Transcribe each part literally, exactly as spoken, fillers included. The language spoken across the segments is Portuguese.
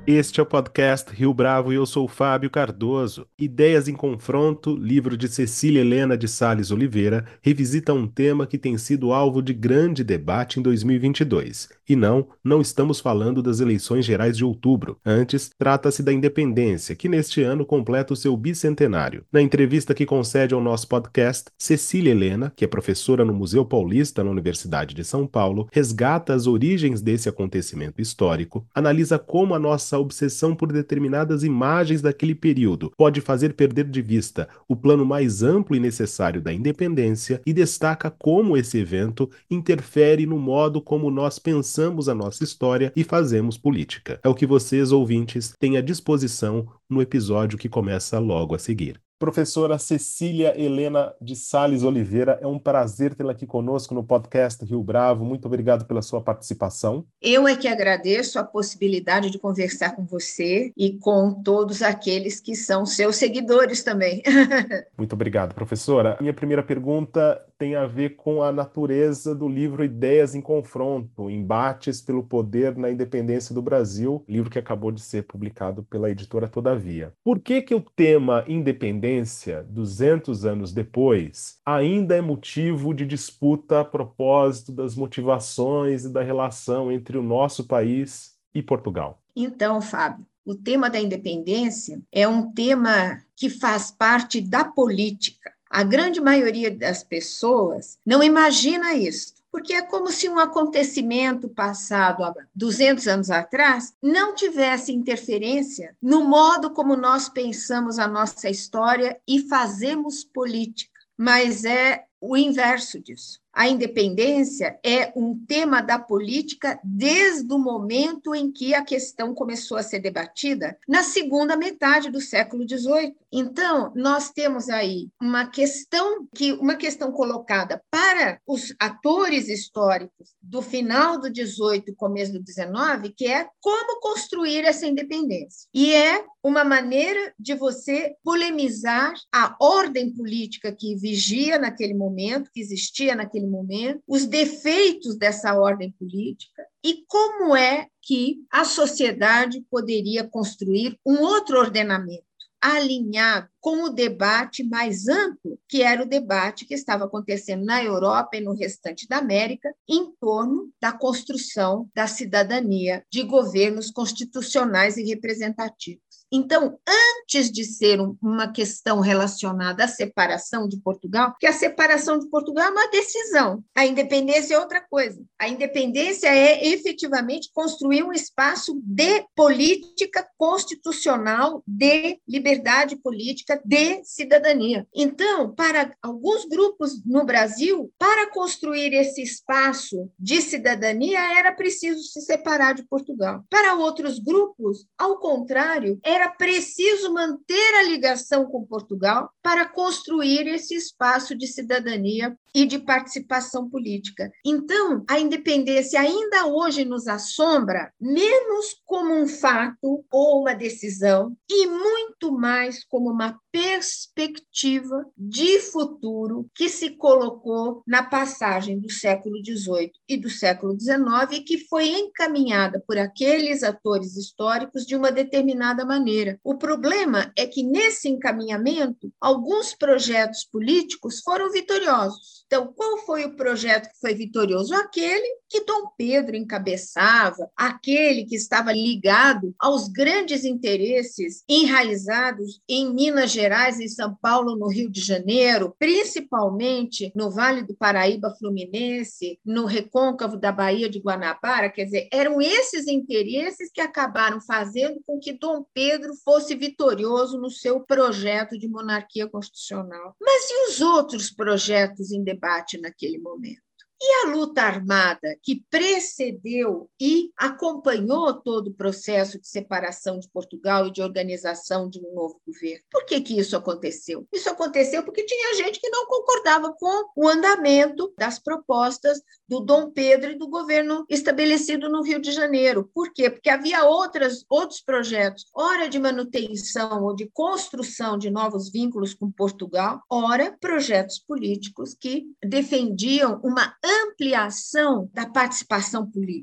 Este é o podcast Rio Bravo e eu sou o Fábio Cardoso. Ideias em Confronto, livro de Cecília Helena de Sales Oliveira, revisita um tema que tem sido alvo de grande debate em dois mil e vinte e dois. E não, não estamos falando das eleições gerais de outubro. Antes, trata-se da independência, que neste ano completa o seu bicentenário. Na entrevista que concede ao nosso podcast, Cecília Helena, que é professora no Museu Paulista na Universidade de São Paulo, resgata as origens desse acontecimento histórico, analisa como a nossa obsessão por determinadas imagens daquele período pode fazer perder de vista o plano mais amplo e necessário da independência e destaca como esse evento interfere no modo como nós pensamos a nossa história e fazemos política. É o que vocês, ouvintes, têm à disposição no episódio que começa logo a seguir. Professora Cecília Helena de Sales Oliveira, é um prazer tê-la aqui conosco no podcast Rio Bravo. Muito obrigado pela sua participação. Eu é que agradeço a possibilidade de conversar com você e com todos aqueles que são seus seguidores também. Muito obrigado, professora. Minha primeira pergunta tem a ver com a natureza do livro Ideias em Confronto, Embates pelo Poder na Independência do Brasil, livro que acabou de ser publicado pela editora Todavia. Por que que o tema independência, duzentos anos depois, ainda é motivo de disputa a propósito das motivações e da relação entre o nosso país e Portugal? Então, Fábio, o tema da independência é um tema que faz parte da política. A grande maioria das pessoas não imagina isso, porque é como se um acontecimento passado há duzentos anos atrás não tivesse interferência no modo como nós pensamos a nossa história e fazemos política, mas é o inverso disso. A independência é um tema da política desde o momento em que a questão começou a ser debatida, na segunda metade do século dezoito. Então, nós temos aí uma questão que uma questão colocada para os atores históricos do final do dezoito e começo do dezenove, que é como construir essa independência. E é uma maneira de você polemizar a ordem política que vigia naquele momento, que existia naquele momento, os defeitos dessa ordem política e como é que a sociedade poderia construir um outro ordenamento alinhado com o debate mais amplo, que era o debate que estava acontecendo na Europa e no restante da América, em torno da construção da cidadania, de governos constitucionais e representativos. Então, antes de ser uma questão relacionada à separação de Portugal, que a separação de Portugal é uma decisão, a independência é outra coisa. A independência é efetivamente construir um espaço de política constitucional, de liberdade política, de cidadania. Então, para alguns grupos no Brasil, para construir esse espaço de cidadania, era preciso se separar de Portugal. Para outros grupos, ao contrário, era preciso manter a ligação com Portugal para construir esse espaço de cidadania e de participação política. Então, a independência ainda hoje nos assombra, menos como um fato ou uma decisão, e muito mais como uma perspectiva de futuro que se colocou na passagem do século dezoito e do século dezenove e que foi encaminhada por aqueles atores históricos de uma determinada maneira. O problema é que, nesse encaminhamento, alguns projetos políticos foram vitoriosos. Então, qual foi o projeto que foi vitorioso? Aquele que Dom Pedro encabeçava, aquele que estava ligado aos grandes interesses enraizados em Minas Gerais, em São Paulo, no Rio de Janeiro, principalmente no Vale do Paraíba Fluminense, no recôncavo da Baía de Guanabara. Quer dizer, eram esses interesses que acabaram fazendo com que Dom Pedro fosse vitorioso no seu projeto de monarquia constitucional. Mas e os outros projetos em debate naquele momento? E a luta armada que precedeu e acompanhou todo o processo de separação de Portugal e de organização de um novo governo? Por que que isso aconteceu? Isso aconteceu porque tinha gente que não concordava com o andamento das propostas do Dom Pedro e do governo estabelecido no Rio de Janeiro. Por quê? Porque havia outras, outros projetos, ora de manutenção ou de construção de novos vínculos com Portugal, ora projetos políticos que defendiam uma ampliação da participação política.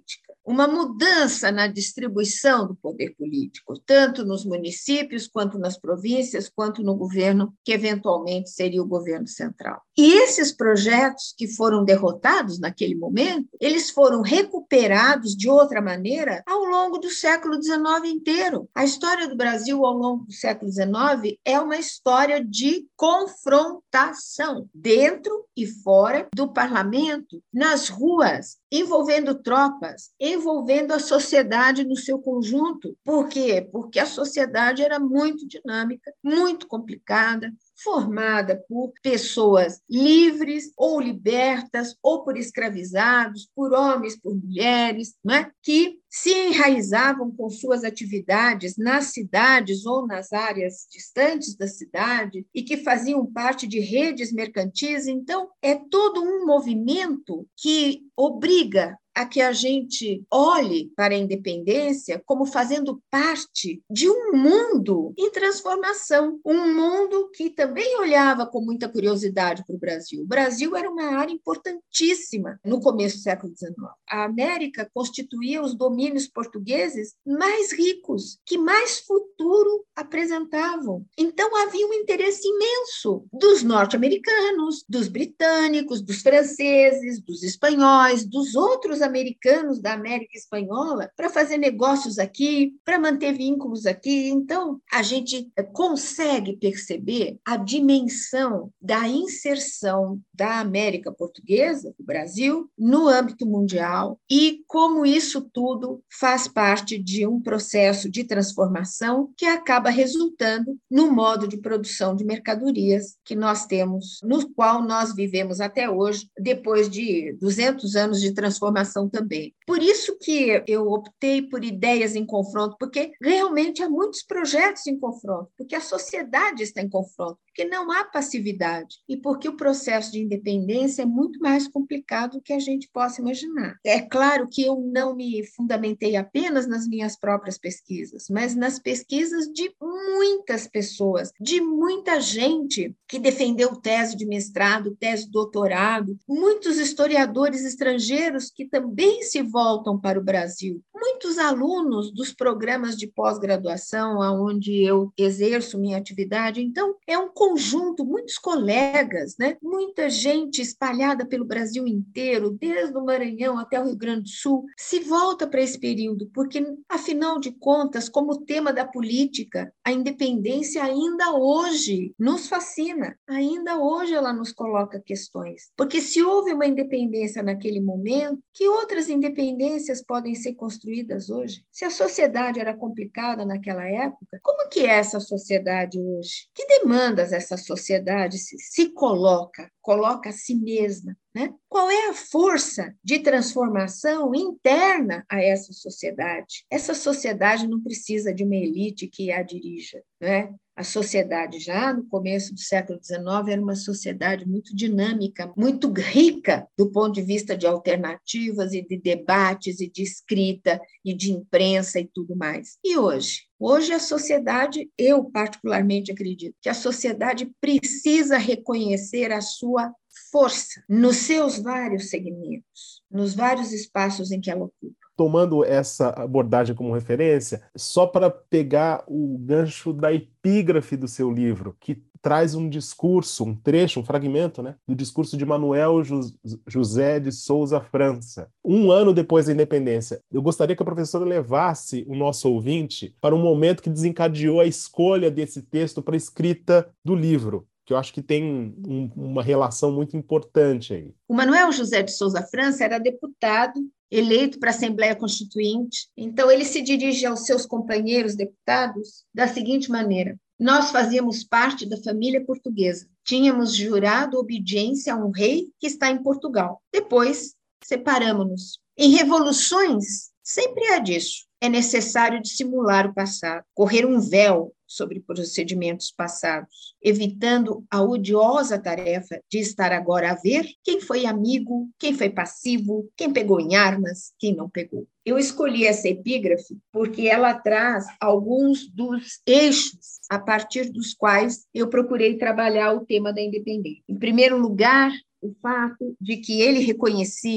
uma mudança na distribuição do poder político, tanto nos municípios, quanto nas províncias, quanto no governo, que eventualmente seria o governo central. E esses projetos que foram derrotados naquele momento, eles foram recuperados de outra maneira ao longo do século dezenove inteiro. A história do Brasil ao longo do século dezenove é uma história de confrontação, dentro e fora do parlamento, nas ruas, envolvendo tropas, envolvendo a sociedade no seu conjunto. Por quê? Porque a sociedade era muito dinâmica, muito complicada, formada por pessoas livres ou libertas, ou por escravizados, por homens, por mulheres, não é? Que se enraizavam com suas atividades nas cidades ou nas áreas distantes da cidade e que faziam parte de redes mercantis. Então, é todo um movimento que obriga a que a gente olhe para a independência como fazendo parte de um mundo em transformação, um mundo que também olhava com muita curiosidade para o Brasil. O Brasil era uma área importantíssima no começo do século dezenove. A América constituía os domínios portugueses mais ricos, que mais futuro apresentavam. Então, havia um interesse imenso dos norte-americanos, dos britânicos, dos franceses, dos espanhóis, dos outros americanos da América Espanhola para fazer negócios aqui, para manter vínculos aqui. Então, a gente consegue perceber a dimensão da inserção da América Portuguesa, do Brasil, no âmbito mundial e como isso tudo faz parte de um processo de transformação que acaba resultando no modo de produção de mercadorias que nós temos, no qual nós vivemos até hoje, depois de duzentos anos de transformação também. Por isso que eu optei por ideias em confronto, porque realmente há muitos projetos em confronto, porque a sociedade está em confronto, porque não há passividade e porque o processo de independência é muito mais complicado do que a gente possa imaginar. É claro que eu não me fundamentei apenas nas minhas próprias pesquisas, mas nas pesquisas de muitas pessoas, de muita gente que defendeu tese de mestrado, tese de doutorado, muitos historiadores estrangeiros que também se voltam para o Brasil, muitos alunos dos programas de pós-graduação onde eu exerço minha atividade. Então, é um conjunto, muitos colegas, né? Muita gente espalhada pelo Brasil inteiro, desde o Maranhão até o Rio Grande do Sul, se volta para esse período, porque, afinal de contas, como tema da política, a independência ainda hoje nos fascina, ainda hoje ela nos coloca questões. Porque se houve uma independência naquele momento, que outras independências podem ser construídas hoje? Se a sociedade era complicada naquela época, como que é essa sociedade hoje? Que demandas essa sociedade se, se coloca, coloca a si mesma, né? Qual é a força de transformação interna a essa sociedade? Essa sociedade não precisa de uma elite que a dirija, né? A sociedade, já no começo do século dezenove, era uma sociedade muito dinâmica, muito rica do ponto de vista de alternativas e de debates e de escrita e de imprensa e tudo mais. E hoje? Hoje a sociedade, eu particularmente acredito, que a sociedade precisa reconhecer a sua força nos seus vários segmentos, nos vários espaços em que ela ocupa. Tomando essa abordagem como referência, só para pegar o gancho da epígrafe do seu livro, que traz um discurso, um trecho, um fragmento, né, do discurso de Manuel José de Souza França, um ano depois da independência. Eu gostaria que a professora levasse o nosso ouvinte para um momento que desencadeou a escolha desse texto para a escrita do livro, que eu acho que tem um, uma relação muito importante aí. O Manuel José de Souza França era deputado, eleito para a Assembleia Constituinte. Então, ele se dirige aos seus companheiros deputados da seguinte maneira: nós fazíamos parte da família portuguesa. Tínhamos jurado obediência a um rei que está em Portugal. Depois, separamos-nos. Em revoluções, sempre há disso. É necessário dissimular o passado, correr um véu sobre procedimentos passados, evitando a odiosa tarefa de estar agora a ver quem foi amigo, quem foi passivo, quem pegou em armas, quem não pegou. Eu escolhi essa epígrafe porque ela traz alguns dos eixos a partir dos quais eu procurei trabalhar o tema da independência. Em primeiro lugar, o fato de que ele reconhecia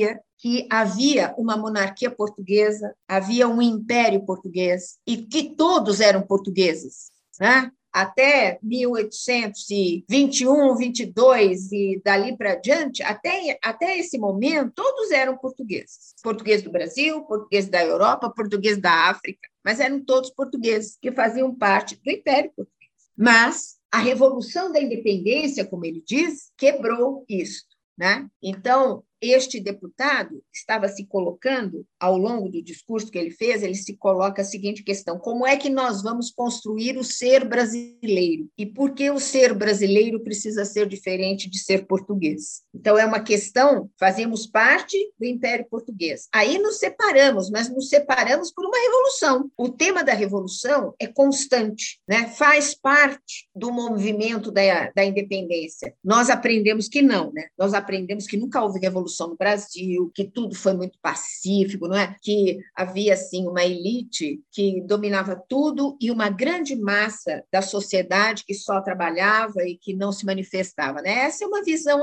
que havia uma monarquia portuguesa, havia um império português e que todos eram portugueses, né? Até mil oitocentos e vinte e um, vinte e dois e dali para diante, até, até esse momento, todos eram portugueses. Português do Brasil, português da Europa, português da África, mas eram todos portugueses que faziam parte do Império Português. Mas a Revolução da Independência, como ele diz, quebrou isso, né? Então, este deputado estava se colocando, ao longo do discurso que ele fez, ele se coloca a seguinte questão: como é que nós vamos construir o ser brasileiro? E por que o ser brasileiro precisa ser diferente de ser português? Então, é uma questão, fazemos parte do Império Português. Aí nos separamos, mas nos separamos por uma revolução. O tema da revolução é constante, né? Faz parte do movimento da, da independência. Nós aprendemos que não, né? Nós aprendemos que nunca houve revolução no Brasil, que tudo foi muito pacífico, não é? Que havia assim uma elite que dominava tudo e uma grande massa da sociedade que só trabalhava e que não se manifestava, né? Essa é uma visão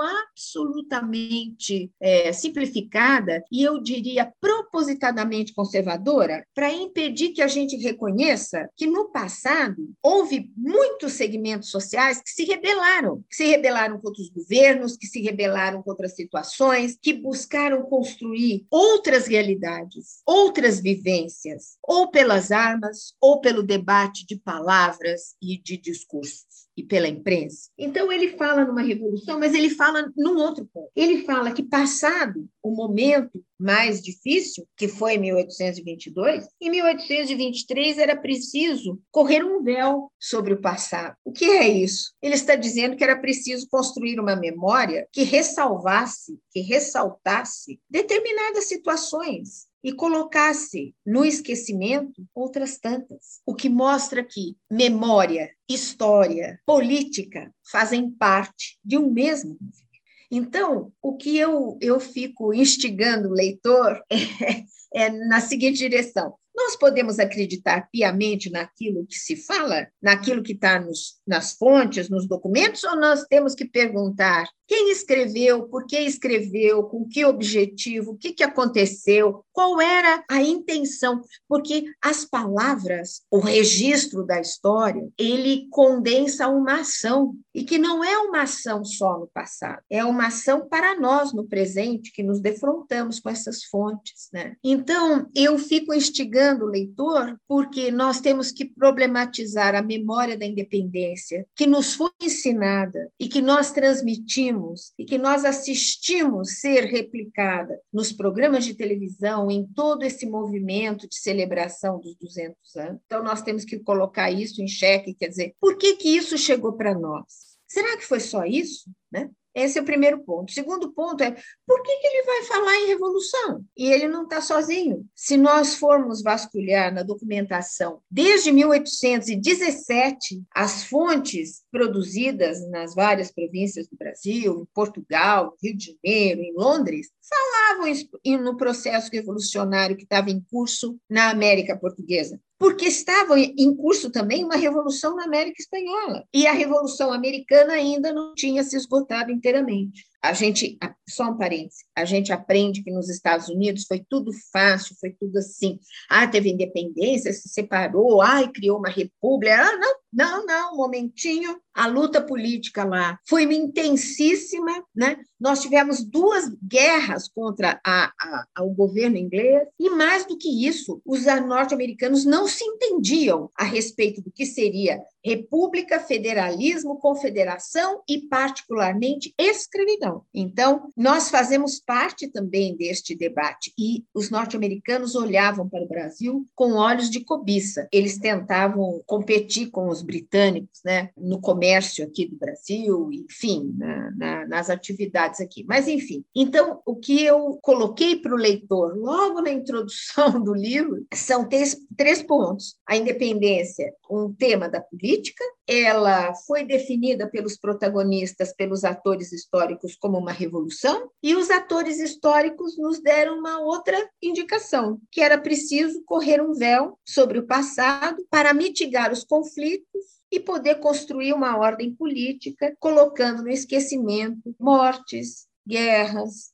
absolutamente é, simplificada e eu diria propositadamente conservadora para impedir que a gente reconheça que no passado houve muitos segmentos sociais que se rebelaram, que se rebelaram contra os governos, que se rebelaram contra as situações, que buscaram construir outras realidades, outras vivências, ou pelas armas, ou pelo debate de palavras e de discursos, e pela imprensa. Então, ele fala numa revolução, mas ele fala num outro ponto. Ele fala que, passado o momento mais difícil, que foi em mil oitocentos e vinte e dois, em mil oitocentos e vinte e três era preciso correr um véu sobre o passado. O que é isso? Ele está dizendo que era preciso construir uma memória que ressalvasse, que ressaltasse determinadas situações e colocasse no esquecimento outras tantas. O que mostra que memória, história, política fazem parte de um mesmo movimento. Então, o que eu, eu fico instigando o leitor é, é na seguinte direção: nós podemos acreditar piamente naquilo que se fala, naquilo que está nas fontes, nos documentos, ou nós temos que perguntar quem escreveu, por que escreveu, com que objetivo, o que, que aconteceu, qual era a intenção? Porque as palavras, o registro da história, ele condensa uma ação, e que não é uma ação só no passado, é uma ação para nós no presente, que nos defrontamos com essas fontes, né? Então, eu fico instigando o leitor, porque nós temos que problematizar a memória da independência, que nos foi ensinada e que nós transmitimos e que nós assistimos ser replicada nos programas de televisão, em todo esse movimento de celebração dos duzentos anos. Então, nós temos que colocar isso em xeque, quer dizer, por que que isso chegou para nós? Será que foi só isso, né? Esse é o primeiro ponto. O segundo ponto é, por que que ele vai falar em revolução? E ele não está sozinho. Se nós formos vasculhar na documentação, desde mil oitocentos e dezessete, as fontes produzidas nas várias províncias do Brasil, em Portugal, no Rio de Janeiro, em Londres, falavam no processo revolucionário que estava em curso na América Portuguesa, porque estava em curso também uma revolução na América Espanhola, e a Revolução Americana ainda não tinha se esgotado inteiramente. A gente, só um parênteses, a gente aprende que nos Estados Unidos foi tudo fácil, foi tudo assim. Ah, teve independência, se separou, ai, criou uma república. Ah, não, não, não, um momentinho. A luta política lá foi intensíssima, né? Nós tivemos duas guerras contra a, a, o governo inglês, e mais do que isso, os norte-americanos não se entendiam a respeito do que seria república, federalismo, confederação e, particularmente, escravidão. Então, nós fazemos parte também deste debate, e os norte-americanos olhavam para o Brasil com olhos de cobiça. Eles tentavam competir com os britânicos, né, no comércio aqui do Brasil, enfim, na, na, nas atividades aqui. Mas, enfim, então, o que eu coloquei para o leitor logo na introdução do livro são três, três pontos. A independência, um tema da política, ela foi definida pelos protagonistas, pelos atores históricos, como uma revolução, e os atores históricos nos deram uma outra indicação, que era preciso correr um véu sobre o passado para mitigar os conflitos e poder construir uma ordem política, colocando no esquecimento mortes, guerras,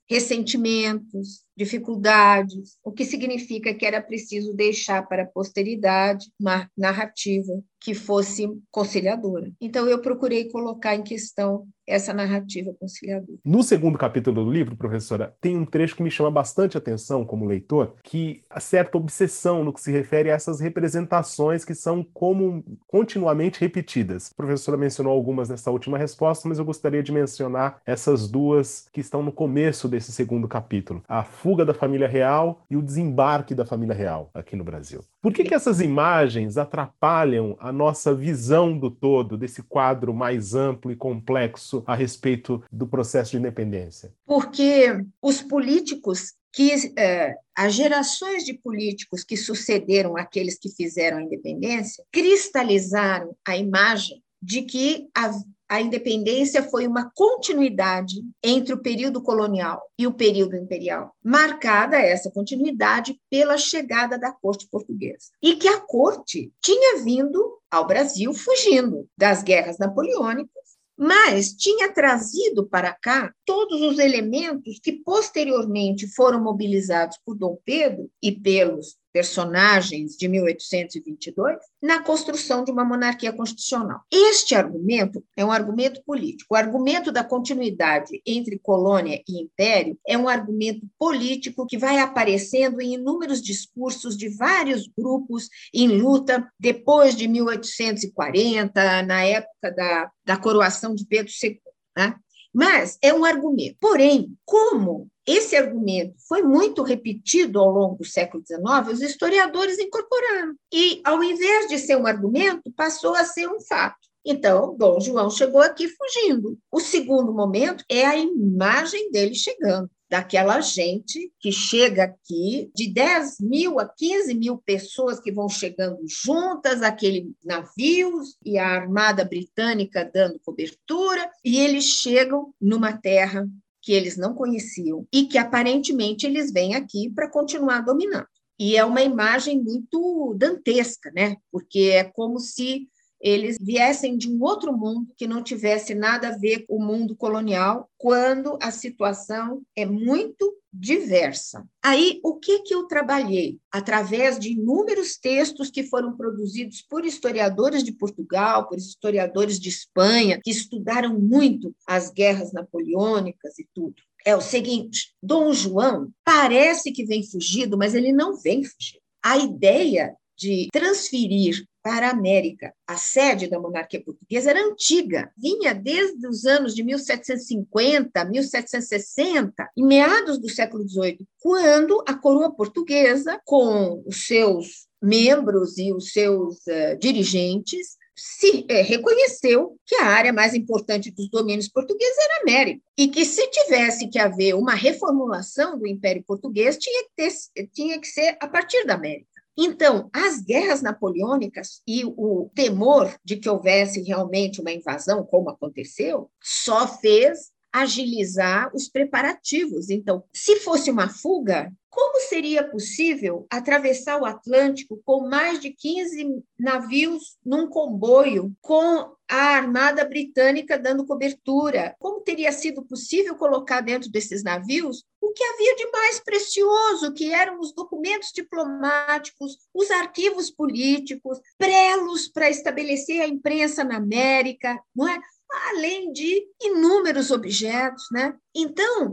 ressentimentos, dificuldades, o que significa que era preciso deixar para a posteridade uma narrativa que fosse conciliadora. Então, eu procurei colocar em questão essa narrativa conciliadora. No segundo capítulo do livro, professora, tem um trecho que me chama bastante atenção como leitor, que há certa obsessão no que se refere a essas representações que são como continuamente repetidas. A professora mencionou algumas nessa última resposta, mas eu gostaria de mencionar essas duas que estão no começo desse segundo capítulo: a fuga da família real e o desembarque da família real aqui no Brasil. Por que que essas imagens atrapalham a nossa visão do todo, desse quadro mais amplo e complexo a respeito do processo de independência? Porque os políticos que eh, as gerações de políticos que sucederam aqueles que fizeram a independência cristalizaram a imagem de que a, a independência foi uma continuidade entre o período colonial e o período imperial, marcada essa continuidade pela chegada da corte portuguesa. E que a corte tinha vindo ao Brasil fugindo das guerras napoleônicas, mas tinha trazido para cá todos os elementos que posteriormente foram mobilizados por Dom Pedro e pelos personagens de mil oitocentos e vinte e dois na construção de uma monarquia constitucional. Este argumento é um argumento político. O argumento da continuidade entre colônia e império é um argumento político que vai aparecendo em inúmeros discursos de vários grupos em luta depois de mil oitocentos e quarenta, na época da, da coroação de Pedro segundo, né? Mas é um argumento. Porém, como esse argumento foi muito repetido ao longo do século dezenove, os historiadores incorporaram. E, ao invés de ser um argumento, passou a ser um fato. Então, Dom João chegou aqui fugindo. O segundo momento é a imagem dele chegando, daquela gente que chega aqui, de dez mil a quinze mil pessoas que vão chegando juntas, aqueles navios e a armada britânica dando cobertura, e eles chegam numa terra que eles não conheciam e que, aparentemente, eles vêm aqui para continuar dominando. E é uma imagem muito dantesca, né? Porque é como se eles viessem de um outro mundo que não tivesse nada a ver com o mundo colonial, quando a situação é muito diversa. Aí, o que que eu trabalhei? Através de inúmeros textos que foram produzidos por historiadores de Portugal, por historiadores de Espanha, que estudaram muito as guerras napoleônicas e tudo. É o seguinte: Dom João parece que vem fugido, mas ele não vem fugido. A ideia de transferir para a América a sede da monarquia portuguesa era antiga, vinha desde os anos de mil setecentos e cinquenta, mil setecentos e sessenta, em meados do século dezoito, quando a coroa portuguesa, com os seus membros e os seus uh, dirigentes, se eh, reconheceu que a área mais importante dos domínios portugueses era a América, e que, se tivesse que haver uma reformulação do Império Português, tinha que, ter, tinha que ser a partir da América. Então, as guerras napoleônicas e o temor de que houvesse realmente uma invasão, como aconteceu, só fez agilizar os preparativos. Então, se fosse uma fuga, como seria possível atravessar o Atlântico com mais de quinze navios num comboio, com a Armada Britânica dando cobertura? Como teria sido possível colocar dentro desses navios o que havia de mais precioso, que eram os documentos diplomáticos, os arquivos políticos, prelos para estabelecer a imprensa na América, não é? Além de inúmeros objetos, né? Então,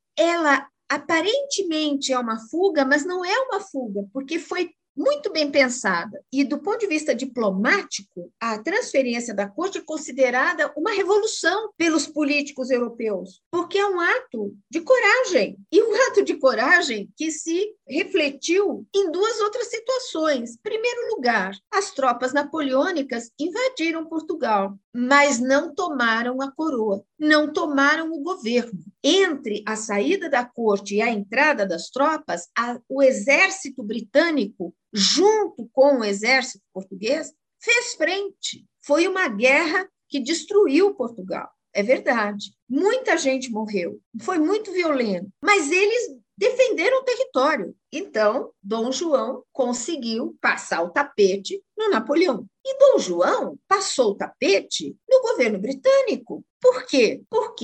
ela aparentemente é uma fuga, mas não é uma fuga, porque foi muito bem pensada. E, do ponto de vista diplomático, a transferência da corte é considerada uma revolução pelos políticos europeus, porque é um ato de coragem, e um ato de coragem que se refletiu em duas outras situações. Em primeiro lugar, as tropas napoleônicas invadiram Portugal, mas não tomaram a coroa, não tomaram o governo. Entre a saída da corte e a entrada das tropas, a, o exército britânico, junto com o exército português, fez frente. Foi uma guerra que destruiu Portugal. É verdade. Muita gente morreu. Foi muito violento. Mas eles defenderam o território. Então, Dom João conseguiu passar o tapete no Napoleão. E Dom João passou o tapete no governo britânico. Por quê? Porque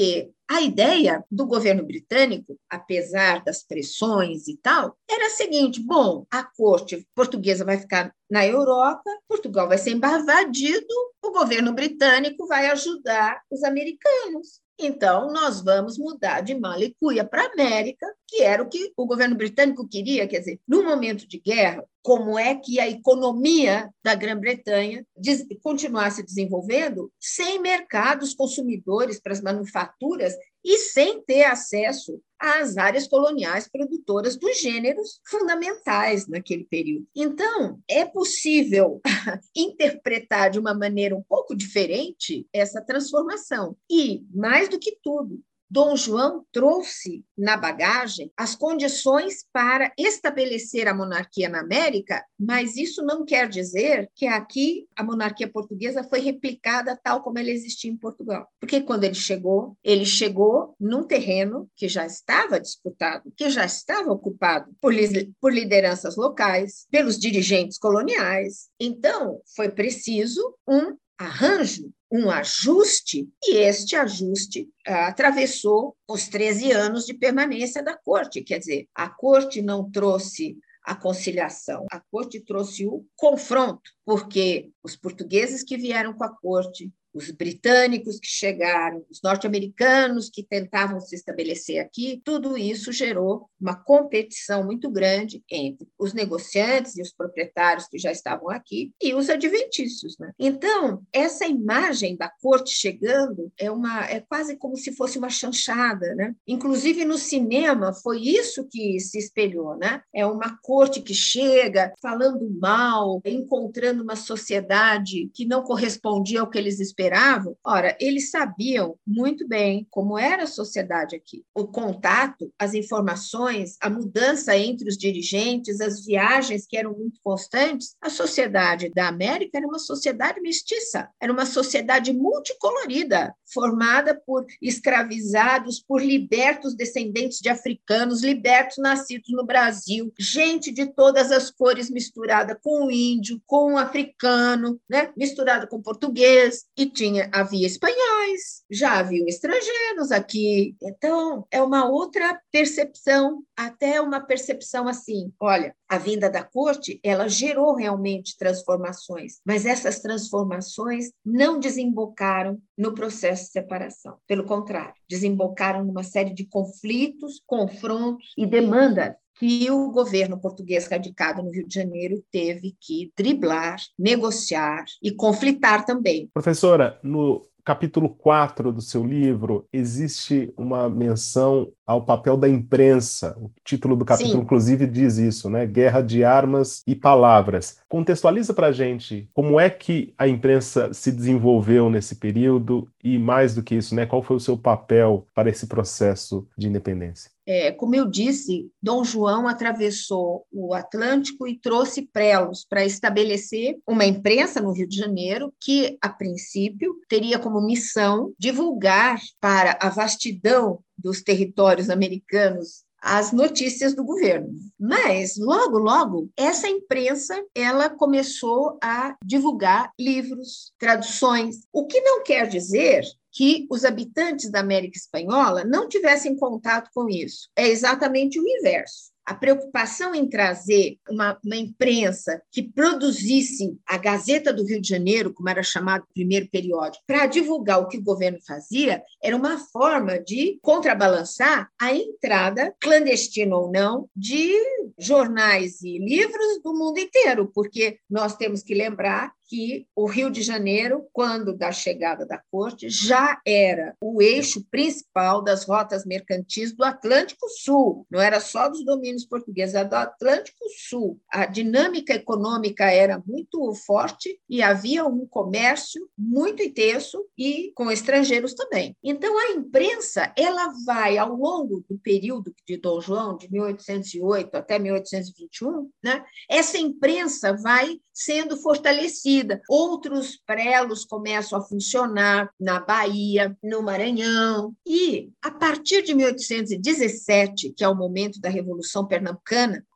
A ideia do governo britânico, apesar das pressões e tal, era a seguinte: bom, a corte portuguesa vai ficar na Europa, Portugal vai ser invadido, o governo britânico vai ajudar os americanos. Então, nós vamos mudar de mala e cuia para a América, que era o que o governo britânico queria. Quer dizer, no momento de guerra, como é que a economia da Grã-Bretanha continuasse desenvolvendo sem mercados consumidores para as manufaturas e sem ter acesso às áreas coloniais produtoras dos gêneros fundamentais naquele período. Então, é possível interpretar de uma maneira um pouco diferente essa transformação. E, mais do que tudo, Dom João trouxe na bagagem as condições para estabelecer a monarquia na América, mas isso não quer dizer que aqui a monarquia portuguesa foi replicada tal como ela existia em Portugal. Porque quando ele chegou, ele chegou num terreno que já estava disputado, que já estava ocupado por, por lideranças locais, pelos dirigentes coloniais. Então, foi preciso um arranjo, um ajuste, e este ajuste ah, atravessou os treze anos de permanência da corte. Quer dizer, a corte não trouxe a conciliação, a corte trouxe o confronto, porque os portugueses que vieram com a corte, os britânicos que chegaram, os norte-americanos que tentavam se estabelecer aqui, tudo isso gerou uma competição muito grande entre os negociantes e os proprietários que já estavam aqui e os adventícios, né? Então, essa imagem da corte chegando é, uma, é quase como se fosse uma chanchada, né? Inclusive, no cinema, foi isso que se espelhou, né? É uma corte que chega falando mal, encontrando uma sociedade que não correspondia ao que eles esperavam. Esperavam. Ora, eles sabiam muito bem como era a sociedade aqui. O contato, as informações, a mudança entre os dirigentes, as viagens que eram muito constantes. A sociedade da América era uma sociedade mestiça, era uma sociedade multicolorida, formada por escravizados, por libertos descendentes de africanos, libertos nascidos no Brasil, gente de todas as cores misturada com o índio, com o africano, né? Misturada com o português. E tinha, havia espanhóis, já havia estrangeiros aqui. Então, é uma outra percepção, até uma percepção assim, olha, a vinda da corte, ela gerou realmente transformações, mas essas transformações não desembocaram no processo de separação. Pelo contrário, desembocaram numa série de conflitos, confrontos e demandas que o governo português radicado no Rio de Janeiro teve que driblar, negociar e conflitar também. Professora, no capítulo quatro do seu livro, existe uma menção ao papel da imprensa. O título do capítulo, Sim. inclusive, diz isso, né? Guerra de armas e palavras. Contextualiza para a gente como é que a imprensa se desenvolveu nesse período e, mais do que isso, né? Qual foi o seu papel para esse processo de independência? É, como eu disse, Dom João atravessou o Atlântico e trouxe prelos para estabelecer uma imprensa no Rio de Janeiro que, a princípio, teria como missão divulgar para a vastidão dos territórios americanos as notícias do governo. Mas, logo, logo, essa imprensa ela começou a divulgar livros, traduções, o que não quer dizer que os habitantes da América Espanhola não tivessem contato com isso. É exatamente o inverso. A preocupação em trazer uma, uma imprensa que produzisse a Gazeta do Rio de Janeiro, como era chamado o primeiro periódico, para divulgar o que o governo fazia, era uma forma de contrabalançar a entrada, clandestina ou não, de jornais e livros do mundo inteiro, porque nós temos que lembrar que o Rio de Janeiro, quando da chegada da corte, já era o eixo principal das rotas mercantis do Atlântico Sul, não era só dos domínios portugueses, era do Atlântico Sul. A dinâmica econômica era muito forte e havia um comércio muito intenso e com estrangeiros também. Então, a imprensa ela vai, ao longo do período de Dom João, de mil oitocentos e oito até mil oitocentos e vinte e um, né, essa imprensa vai sendo fortalecida. Outros prelos começam a funcionar na Bahia, no Maranhão, e a partir de mil oitocentos e dezessete, que é o momento da Revolução Pernambucana,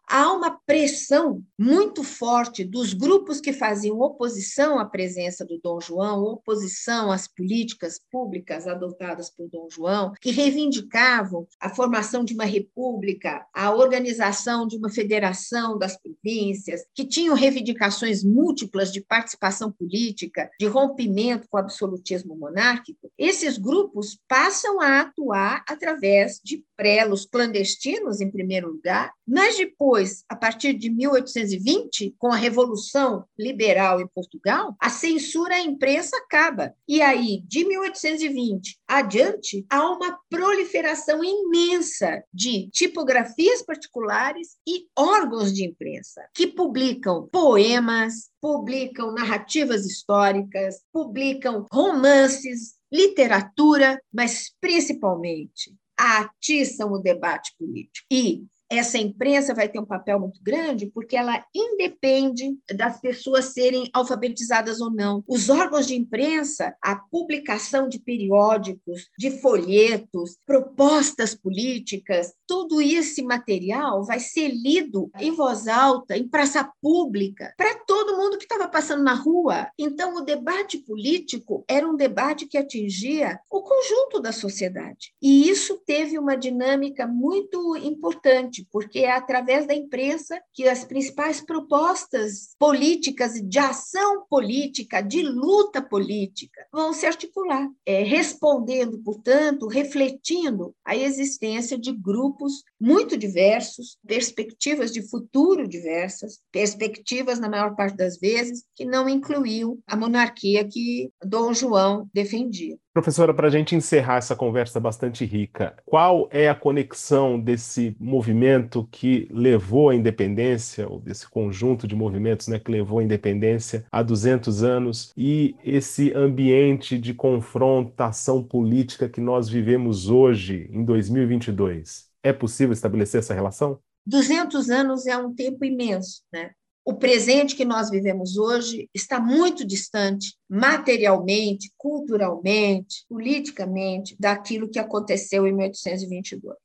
há uma pressão muito forte dos grupos que faziam oposição à presença do Dom João, oposição às políticas públicas adotadas por Dom João, que reivindicavam a formação de uma república, a organização de uma federação das províncias, que tinham reivindicações múltiplas de participação política, de rompimento com o absolutismo monárquico. Esses grupos passam a atuar através de prelos clandestinos, em primeiro lugar, mas depois, a partir de mil oitocentos e vinte, com a Revolução Liberal em Portugal, a censura à imprensa acaba. E aí, de mil oitocentos e vinte adiante, há uma proliferação imensa de tipografias particulares e órgãos de imprensa que publicam poemas, publicam narrativas históricas, publicam romances, literatura, mas principalmente atiçam o debate político. E essa imprensa vai ter um papel muito grande porque ela independe das pessoas serem alfabetizadas ou não. Os órgãos de imprensa, a publicação de periódicos, de folhetos, propostas políticas, todo esse material vai ser lido em voz alta, em praça pública, para todo mundo que estava passando na rua. Então, o debate político era um debate que atingia o conjunto da sociedade. E isso teve uma dinâmica muito importante, porque é através da imprensa que as principais propostas políticas de ação política, de luta política, vão se articular, é, respondendo, portanto, refletindo a existência de grupos muito diversos, perspectivas de futuro diversas, perspectivas, na maior parte das vezes, que não incluíam a monarquia que Dom João defendia. Professora, para a gente encerrar essa conversa bastante rica, qual é a conexão desse movimento que levou à independência, ou desse conjunto de movimentos, né, que levou à independência há duzentos anos, e esse ambiente de confrontação política que nós vivemos hoje, em dois mil e vinte e dois? É possível estabelecer essa relação? duzentos anos é um tempo imenso, né? O presente que nós vivemos hoje está muito distante, materialmente, culturalmente, politicamente, daquilo que aconteceu em mil oitocentos e vinte e dois.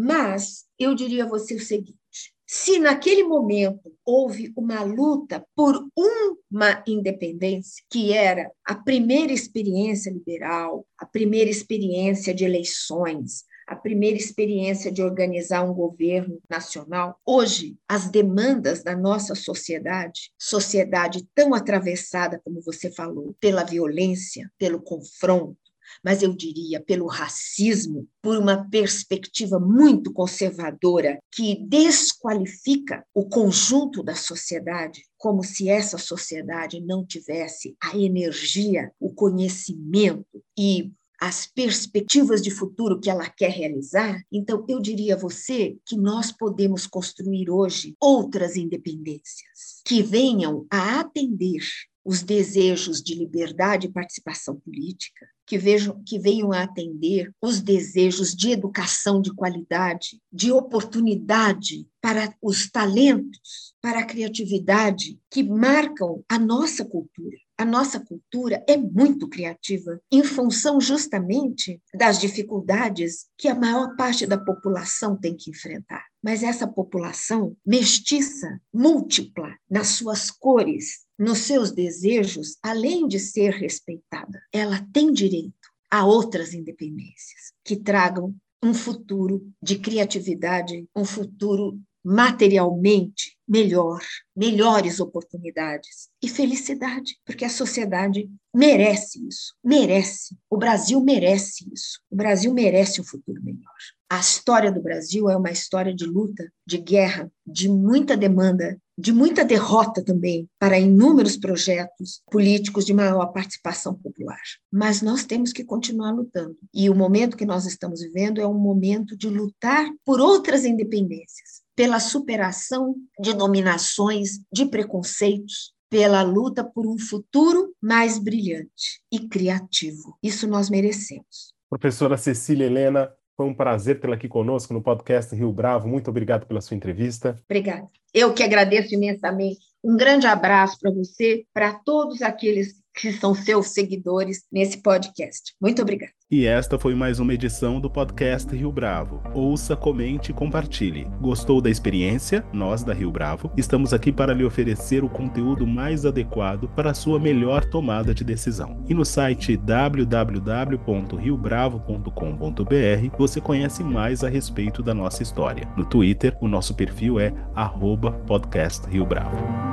Mas eu diria a você o seguinte: se naquele momento houve uma luta por uma independência, que era a primeira experiência liberal, a primeira experiência de eleições, a primeira experiência de organizar um governo nacional, hoje, as demandas da nossa sociedade, sociedade tão atravessada, como você falou, pela violência, pelo confronto, mas eu diria pelo racismo, por uma perspectiva muito conservadora que desqualifica o conjunto da sociedade, como se essa sociedade não tivesse a energia, o conhecimento e as perspectivas de futuro que ela quer realizar. Então, eu diria a você que nós podemos construir hoje outras independências que venham a atender os desejos de liberdade e participação política, que, vejam, que venham a atender os desejos de educação de qualidade, de oportunidade para os talentos, para a criatividade que marcam a nossa cultura. A nossa cultura é muito criativa, em função justamente das dificuldades que a maior parte da população tem que enfrentar. Mas essa população mestiça, múltipla nas suas cores, nos seus desejos, além de ser respeitada, ela tem direito a outras independências que tragam um futuro de criatividade, um futuro materialmente melhor, melhores oportunidades e felicidade, porque a sociedade merece isso, merece. O Brasil merece isso. O Brasil merece um futuro melhor. A história do Brasil é uma história de luta, de guerra, de muita demanda, de muita derrota também para inúmeros projetos políticos de maior participação popular. Mas nós temos que continuar lutando. E o momento que nós estamos vivendo é um momento de lutar por outras independências, pela superação de dominações, de preconceitos, pela luta por um futuro mais brilhante e criativo. Isso nós merecemos. Professora Cecília Helena, foi um prazer tê-la aqui conosco no podcast Rio Bravo. Muito obrigado pela sua entrevista. Obrigada. Eu que agradeço imensamente. Um grande abraço para você, para todos aqueles que são seus seguidores nesse podcast. Muito obrigada. E esta foi mais uma edição do podcast Rio Bravo. Ouça, comente e compartilhe. Gostou da experiência? Nós, da Rio Bravo, estamos aqui para lhe oferecer o conteúdo mais adequado para a sua melhor tomada de decisão. E no site w w w ponto rio bravo ponto com ponto b r você conhece mais a respeito da nossa história. No Twitter, o nosso perfil é arroba podcast Rio Bravo.